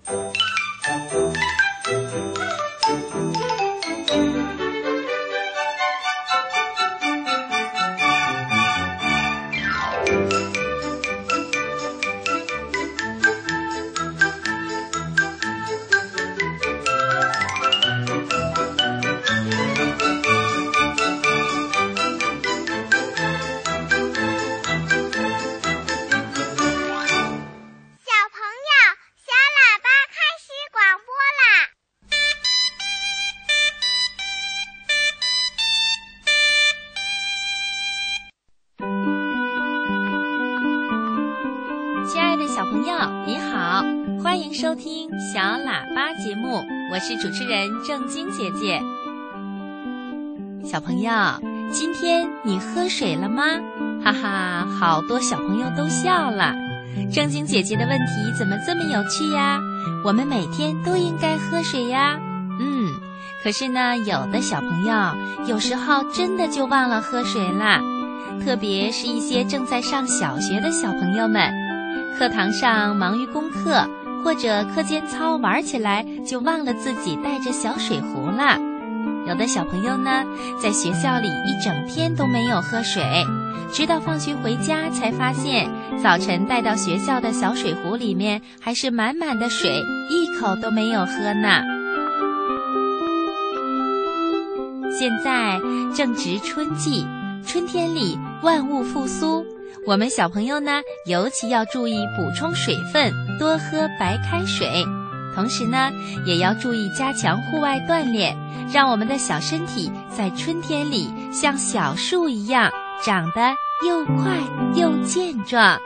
收听小喇叭节目，我是主持人正晶姐姐。小朋友，今天你喝水了吗？哈哈，好多小朋友都笑了。正晶姐姐的问题怎么这么有趣呀？我们每天都应该喝水呀。可是呢，有的小朋友有时候真的就忘了喝水啦，特别是一些正在上小学的小朋友们，课堂上忙于功课，或者课间操玩起来就忘了自己带着小水壶了。有的小朋友呢，在学校里一整天都没有喝水，直到放学回家才发现早晨带到学校的小水壶里面还是满满的水，一口都没有喝呢。现在正值春季，春天里万物复苏，我们小朋友呢，尤其要注意补充水分，多喝白开水。同时呢，也要注意加强户外锻炼，让我们的小身体在春天里像小树一样，长得又快又健壮。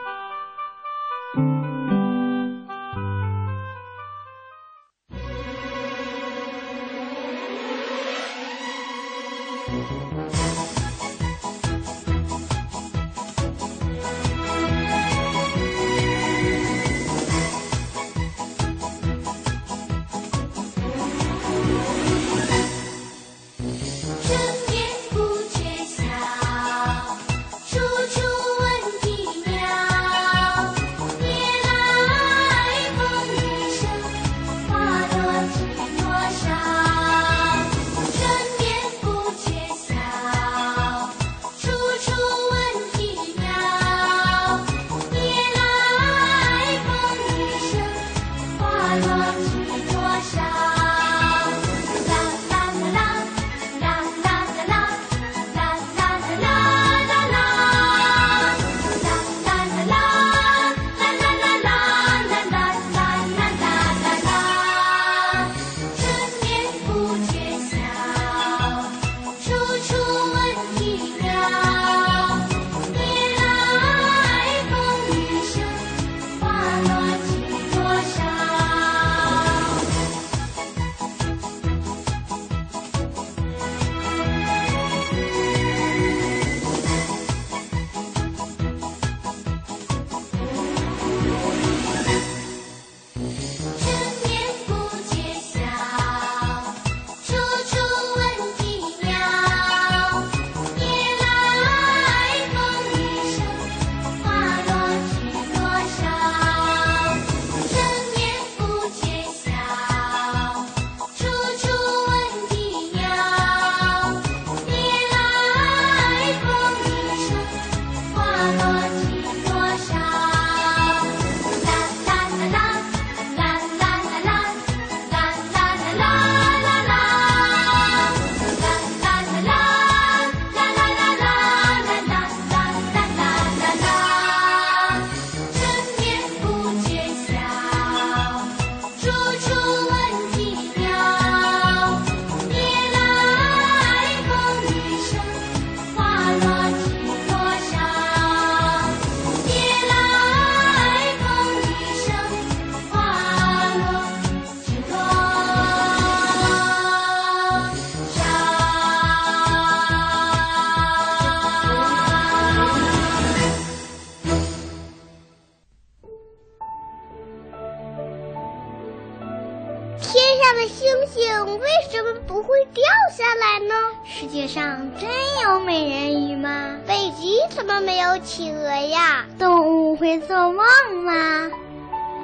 世界上真有美人鱼吗？ 北极怎么没有企鹅呀？ 动物会做梦吗？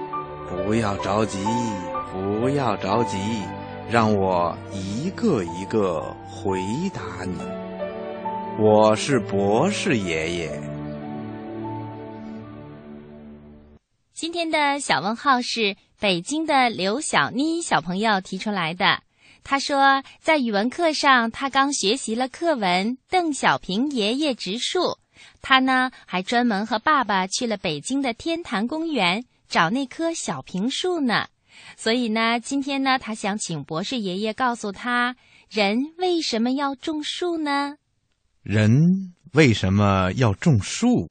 不要着急，不要着急，让我一个一个回答你。我是博士爷爷。 今天的小问号是北京的刘小妮小朋友提出来的。他说，在语文课上，他刚学习了课文《邓小平爷爷植树》。他呢，还专门和爸爸去了北京的天坛公园，找那棵小平树呢。所以呢，今天呢，他想请博士爷爷告诉他，人为什么要种树呢？ 人为什么要种树？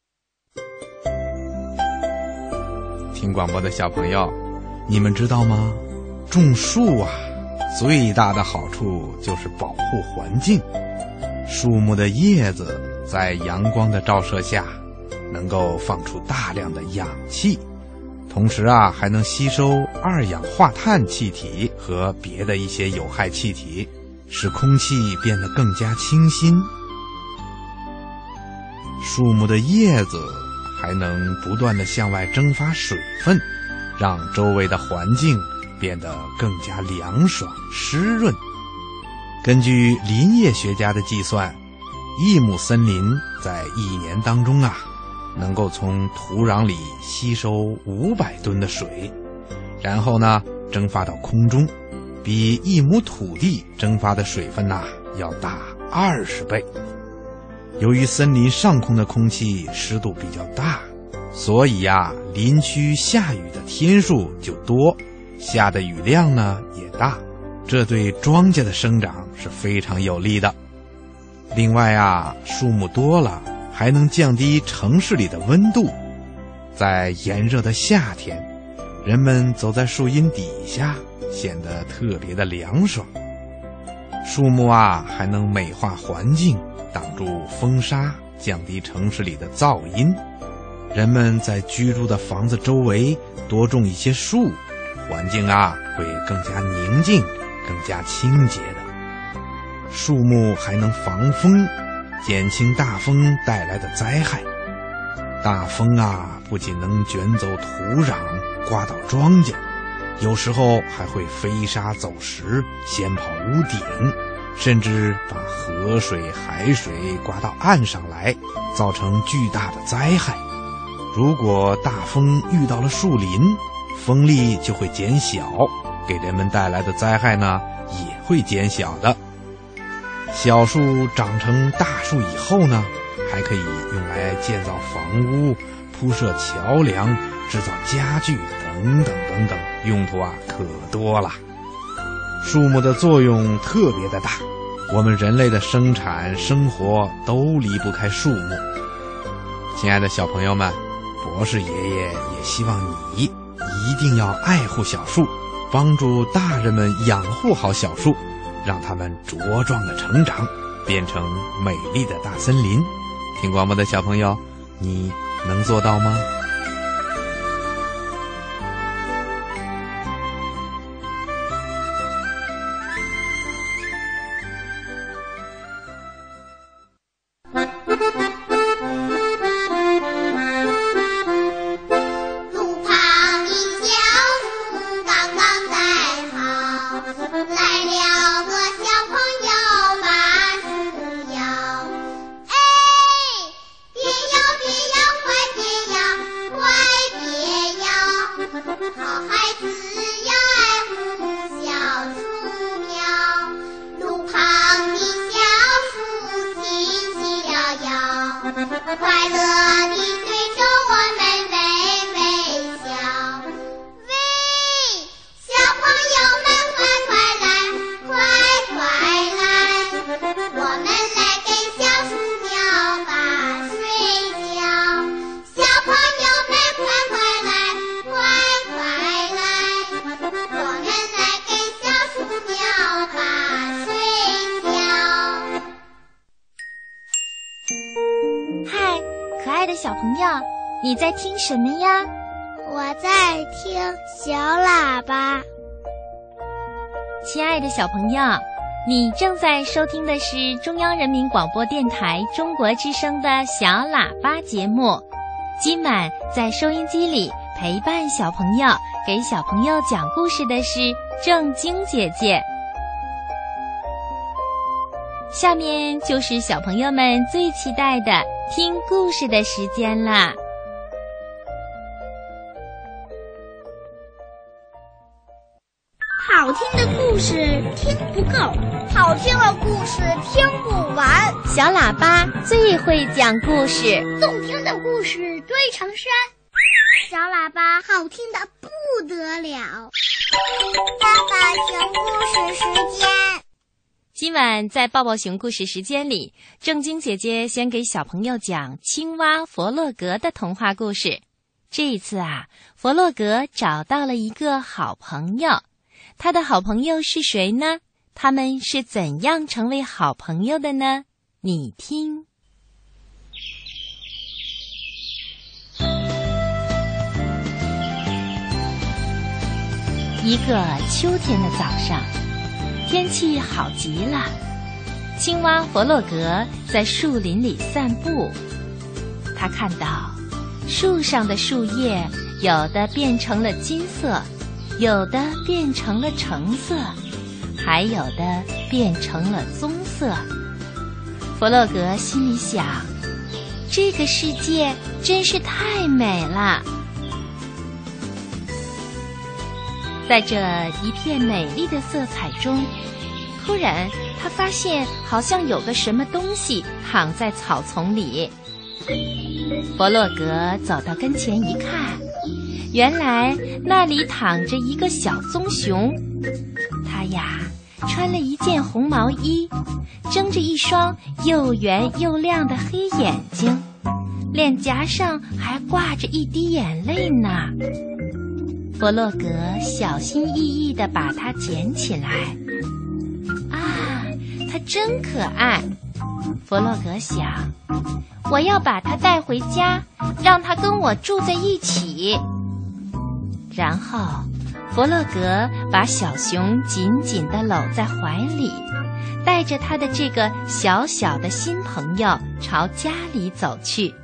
听广播的小朋友，你们知道吗？种树啊，最大的好处就是保护环境。树木的叶子在阳光的照射下，能够放出大量的氧气，同时啊，还能吸收二氧化碳气体和别的一些有害气体，使空气变得更加清新。树木的叶子还能不断地向外蒸发水分，让周围的环境变得更加凉爽湿润。根据林业学家的计算，一亩森林在一年当中啊，能够从土壤里吸收500吨的水，然后呢蒸发到空中，比一亩土地蒸发的水分要大20倍。由于森林上空的空气湿度比较大，所以林区下雨的天数就多，下的雨量呢也大，这对庄稼的生长是非常有利的。另外树木多了，还能降低城市里的温度。在炎热的夏天，人们走在树荫底下，显得特别的凉爽。树木还能美化环境，挡住风沙，降低城市里的噪音。人们在居住的房子周围多种一些树，环境会更加宁静，更加清洁的。树木还能防风，减轻大风带来的灾害。大风不仅能卷走土壤，刮倒庄稼，有时候还会飞沙走石，掀跑屋顶，甚至把河水、海水刮到岸上来，造成巨大的灾害。如果大风遇到了树林，风力就会减小，给人们带来的灾害呢也会减小的。小树长成大树以后呢，还可以用来建造房屋、铺设桥梁、制造家具等等等等，用途可多了。树木的作用特别的大，我们人类的生产生活都离不开树木。亲爱的小朋友们，博士爷爷也希望你一定要爱护小树，帮助大人们养护好小树，让它们茁壮的成长，变成美丽的大森林。听广播的小朋友，你能做到吗？ 小朋友，你在听什么呀？ 我在听小喇叭。 亲爱的小朋友，你正在收听的是中央人民广播电台中国之声的小喇叭节目。今晚在收音机里陪伴小朋友给小朋友讲故事的是正晶姐姐。下面就是小朋友们最期待的听故事的时间啦。 好听的故事听不够，好听的故事听不完。 小喇叭最会讲故事， 动听的故事堆成山。小喇叭好听的不得了。爸爸讲故事时间。 今晚在抱抱熊故事时间里，正晶姐姐先给小朋友讲青蛙佛洛格的童话故事。这一次啊，佛洛格找到了一个好朋友。他的好朋友是谁呢？他们是怎样成为好朋友的呢？你听。一个秋天的早上，天气好极了。青蛙佛洛格在树林里散步，他看到树上的树叶有的变成了金色，有的变成了橙色，还有的变成了棕色。佛洛格心里想，这个世界真是太美了。在这一片美丽的色彩中，突然他发现好像有个什么东西躺在草丛里。佛洛格走到跟前一看，原来那里躺着一个小棕熊。它呀穿了一件红毛衣，睁着一双又圆又亮的黑眼睛，脸颊上还挂着一滴眼泪呢。佛洛格小心翼翼地把它捡起来。啊，它真可爱。佛洛格想，我要把它带回家，让它跟我住在一起。然后佛洛格把小熊紧紧地搂在怀里，带着他的这个小小的新朋友朝家里走去。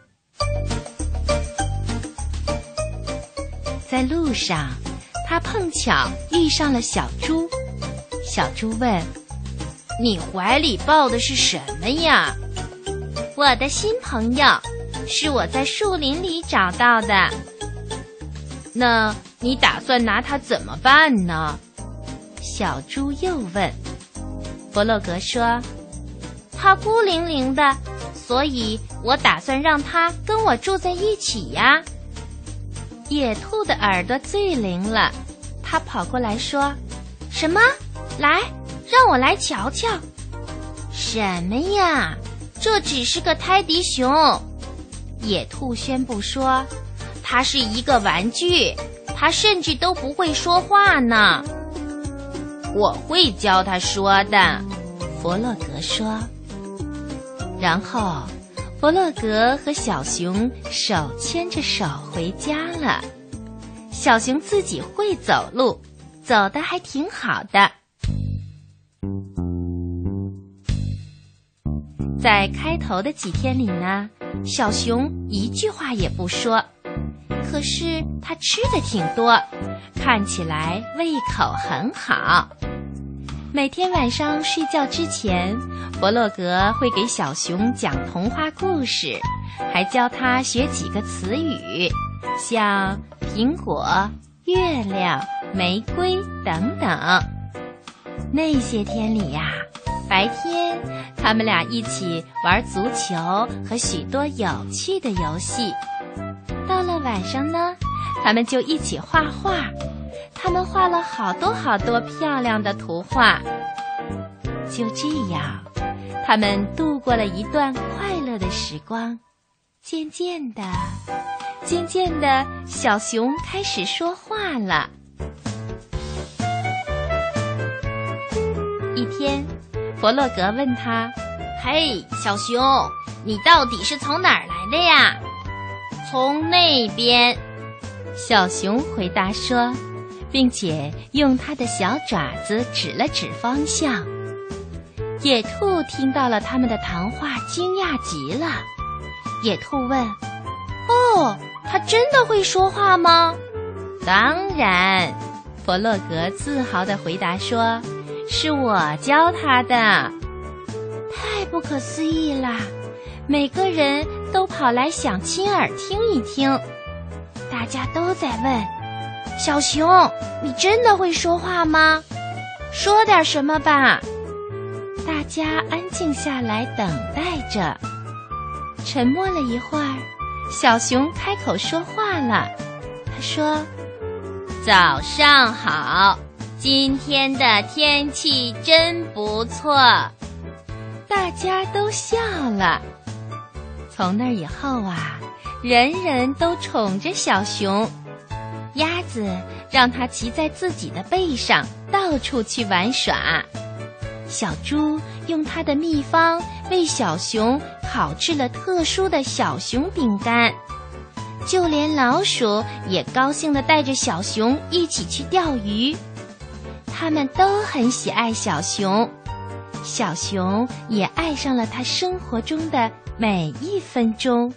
在路上，他碰巧遇上了小猪。小猪问：你怀里抱的是什么呀？我的新朋友，是我在树林里找到的。那你打算拿它怎么办呢？小猪又问。佛洛格说：它孤零零的，所以我打算让它跟我住在一起呀。野兔的耳朵最灵了，它跑过来说：什么？来，让我来瞧瞧。什么呀？这只是个泰迪熊。野兔宣布说：它是一个玩具，它甚至都不会说话呢。我会教它说的，佛洛格说。然后佛洛格和小熊手牵着手回家了。小熊自己会走路，走得还挺好的。在开头的几天里呢，小熊一句话也不说，可是它吃的挺多，看起来胃口很好。每天晚上睡觉之前，佛洛格会给小熊讲童话故事，还教它学几个词语，像苹果、月亮、玫瑰等等。那些天里呀，白天他们俩一起玩足球和许多有趣的游戏。到了晚上呢，他们就一起画画。他们画了好多好多漂亮的图画。就这样，他们度过了一段快乐的时光。渐渐的，小熊开始说话了。一天，佛洛格问他：嘿，小熊，你到底是从哪儿来的呀？从那边。小熊回答说，并且用它的小爪子指了指方向。野兔听到了他们的谈话，惊讶极了。野兔问：哦，它真的会说话吗？ 当然，佛洛格自豪地回答说，是我教他的。太不可思议啦！每个人都跑来想亲耳听一听。大家都在问，小熊，你真的会说话吗？说点什么吧。大家安静下来等待着。沉默了一会儿，小熊开口说话了。他说，早上好，今天的天气真不错。大家都笑了。从那以后啊，人人都宠着小熊。鸭子让它骑在自己的背上，到处去玩耍。小猪用它的秘方为小熊烤制了特殊的小熊饼干。就连老鼠也高兴地带着小熊一起去钓鱼。他们都很喜爱小熊，小熊也爱上了它生活中的每一分钟。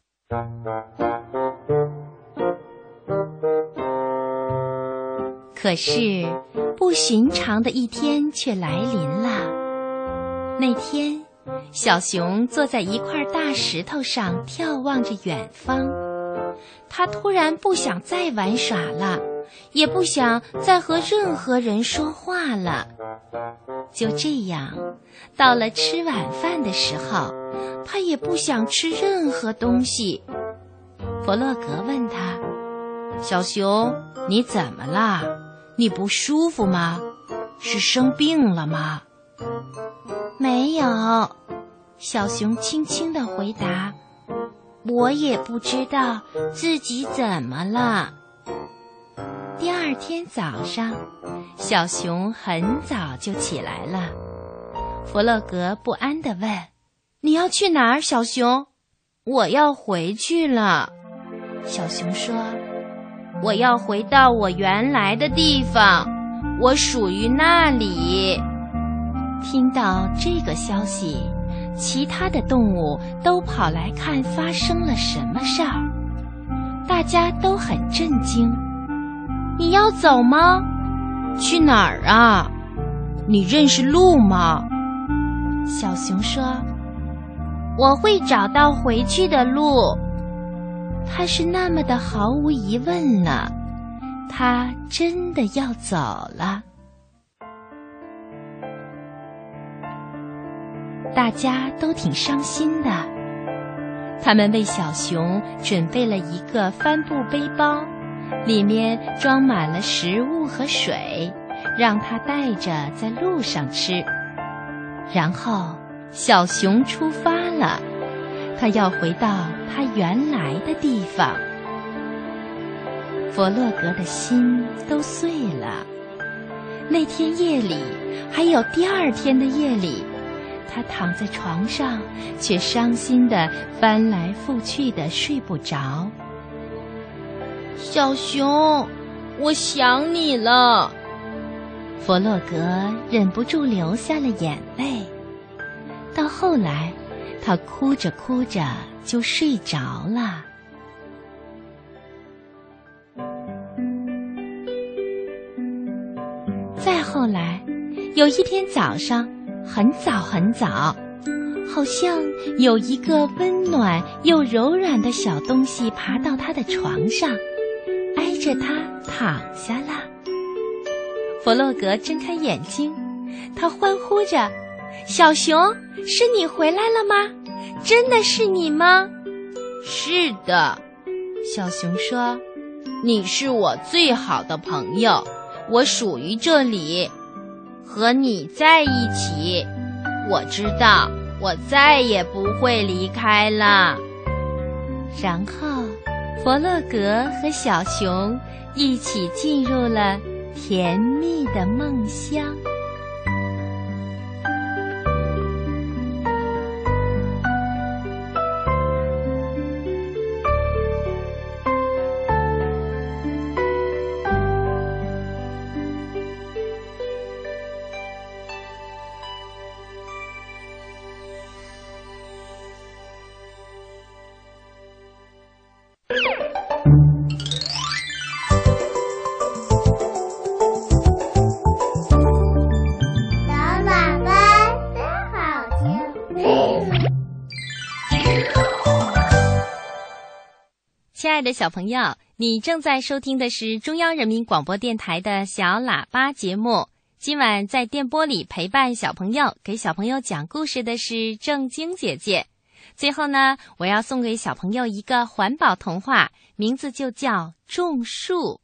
可是，不寻常的一天却来临了。那天，小熊坐在一块大石头上，眺望着远方。他突然不想再玩耍了，也不想再和任何人说话了。就这样，到了吃晚饭的时候，他也不想吃任何东西。佛洛格问他，小熊，你怎么啦？你不舒服吗？是生病了吗？没有，小熊轻轻地回答，我也不知道自己怎么了。第二天早上，小熊很早就起来了。佛洛格不安地问，你要去哪儿，小熊？我要回去了。小熊说，我要回到我原来的地方，我属于那里。听到这个消息，其他的动物都跑来看发生了什么事儿。大家都很震惊。你要走吗？去哪儿啊？你认识路吗？小熊说，我会找到回去的路。他是那么的毫无疑问了，他真的要走了。大家都挺伤心的，他们为小熊准备了一个帆布背包，里面装满了食物和水，让他带着在路上吃。然后小熊出发了，他要回到他原来的地方。佛洛格的心都碎了。那天夜里，还有第二天的夜里，他躺在床上，却伤心地翻来覆去地睡不着。小熊，我想你了。佛洛格忍不住流下了眼泪。到后来，他哭着哭着就睡着了。再后来，有一天早上，很早很早，好像有一个温暖又柔软的小东西爬到他的床上，挨着他躺下了。佛洛格睁开眼睛，他欢呼着，小熊，是你回来了吗？真的是你吗？是的，小熊说，你是我最好的朋友，我属于这里，和你在一起，我知道我再也不会离开了。然后佛洛格和小熊一起进入了甜蜜的梦乡。 爱的小朋友，你正在收听的是中央人民广播电台的小喇叭节目。今晚在电波里陪伴小朋友，给小朋友讲故事的是正晶姐姐。最后呢，我要送给小朋友一个环保童话，名字就叫种树。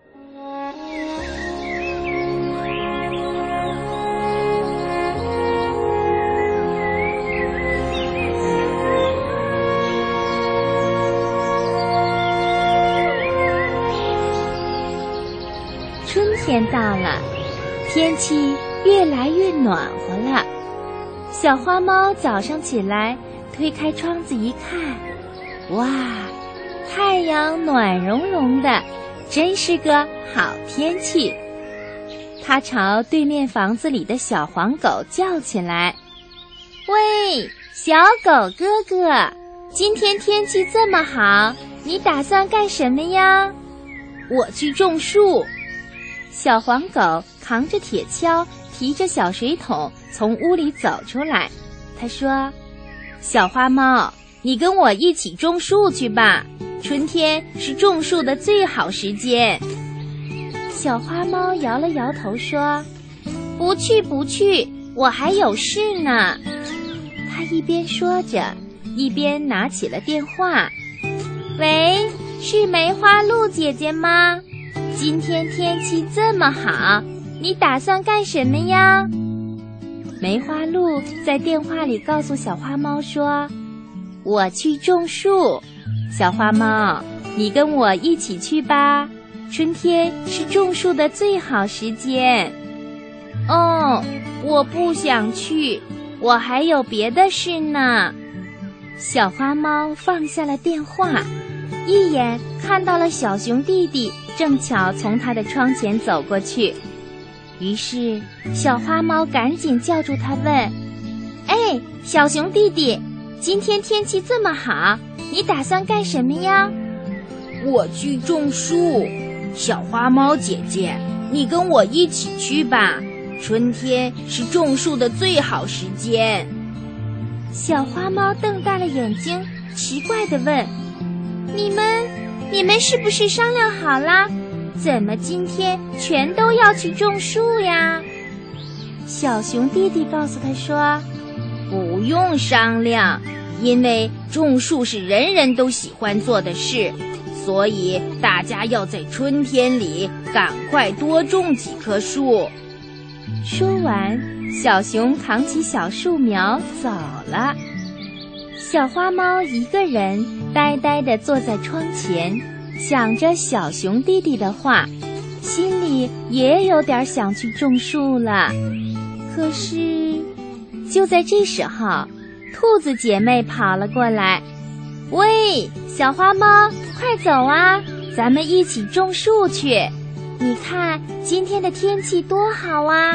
春天到了，天气越来越暖和了。小花猫早上起来，推开窗子一看，哇，太阳暖融融的，真是个好天气。它朝对面房子里的小黄狗叫起来：“喂，小狗哥哥，今天天气这么好，你打算干什么呀？”“我去种树。”小黄狗扛着铁锹，提着小水桶从屋里走出来。他说：“小花猫，你跟我一起种树去吧，春天是种树的最好时间。”小花猫摇了摇头说：“不去不去，我还有事呢。”他一边说着，一边拿起了电话。“喂，是梅花鹿姐姐吗？今天天气这么好，你打算干什么呀？”梅花鹿在电话里告诉小花猫说：“我去种树，小花猫，你跟我一起去吧，春天是种树的最好时间。”“哦，我不想去，我还有别的事呢。”小花猫放下了电话，一眼看到了小熊弟弟正巧从他的窗前走过去。于是小花猫赶紧叫住他问：“哎，小熊弟弟，今天天气这么好，你打算干什么呀？”“我去种树。小花猫姐姐，你跟我一起去吧，春天是种树的最好时间。”小花猫瞪大了眼睛，奇怪地问：“你们是不是商量好了？怎么今天全都要去种树呀？”小熊弟弟告诉他说：“不用商量，因为种树是人人都喜欢做的事，所以大家要在春天里赶快多种几棵树。”说完，小熊扛起小树苗走了。小花猫一个人呆呆地坐在窗前，想着小熊弟弟的话，心里也有点想去种树了。可是就在这时候，兔子姐妹跑了过来：“喂，小花猫，快走啊，咱们一起种树去，你看今天的天气多好啊！”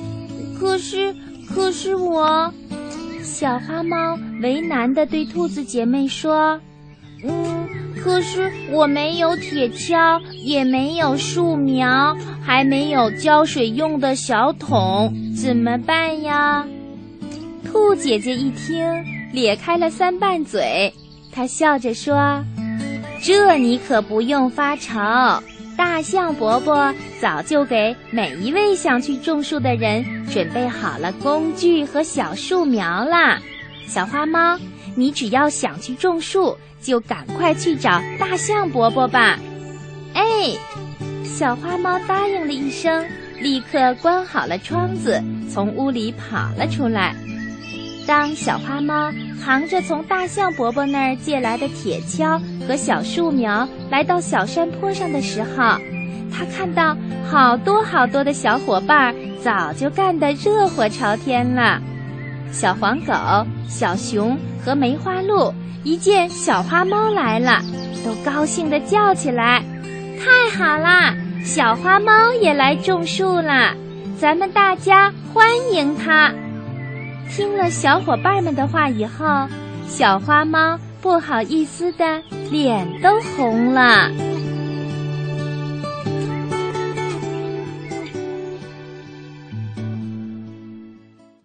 可是我……小花猫为难地对兔子姐妹说：“可是我没有铁锹，也没有树苗，还没有浇水用的小桶，怎么办呀？”兔姐姐一听，咧开了三瓣嘴，她笑着说：“这你可不用发愁，大象伯伯早就给每一位想去种树的人准备好了工具和小树苗啦。小花猫，你只要想去种树，就赶快去找大象伯伯吧。”“哎！”小花猫答应了一声，立刻关好了窗子，从屋里跑了出来。当小花猫扛着从大象伯伯那儿借来的铁锹和小树苗来到小山坡上的时候，他看到好多好多的小伙伴早就干得热火朝天了。小黄狗、小熊和梅花鹿一见小花猫来了，都高兴地叫起来：“太好啦！小花猫也来种树啦，咱们大家欢迎它！”听了小伙伴们的话以后，小花猫不好意思的脸都红了。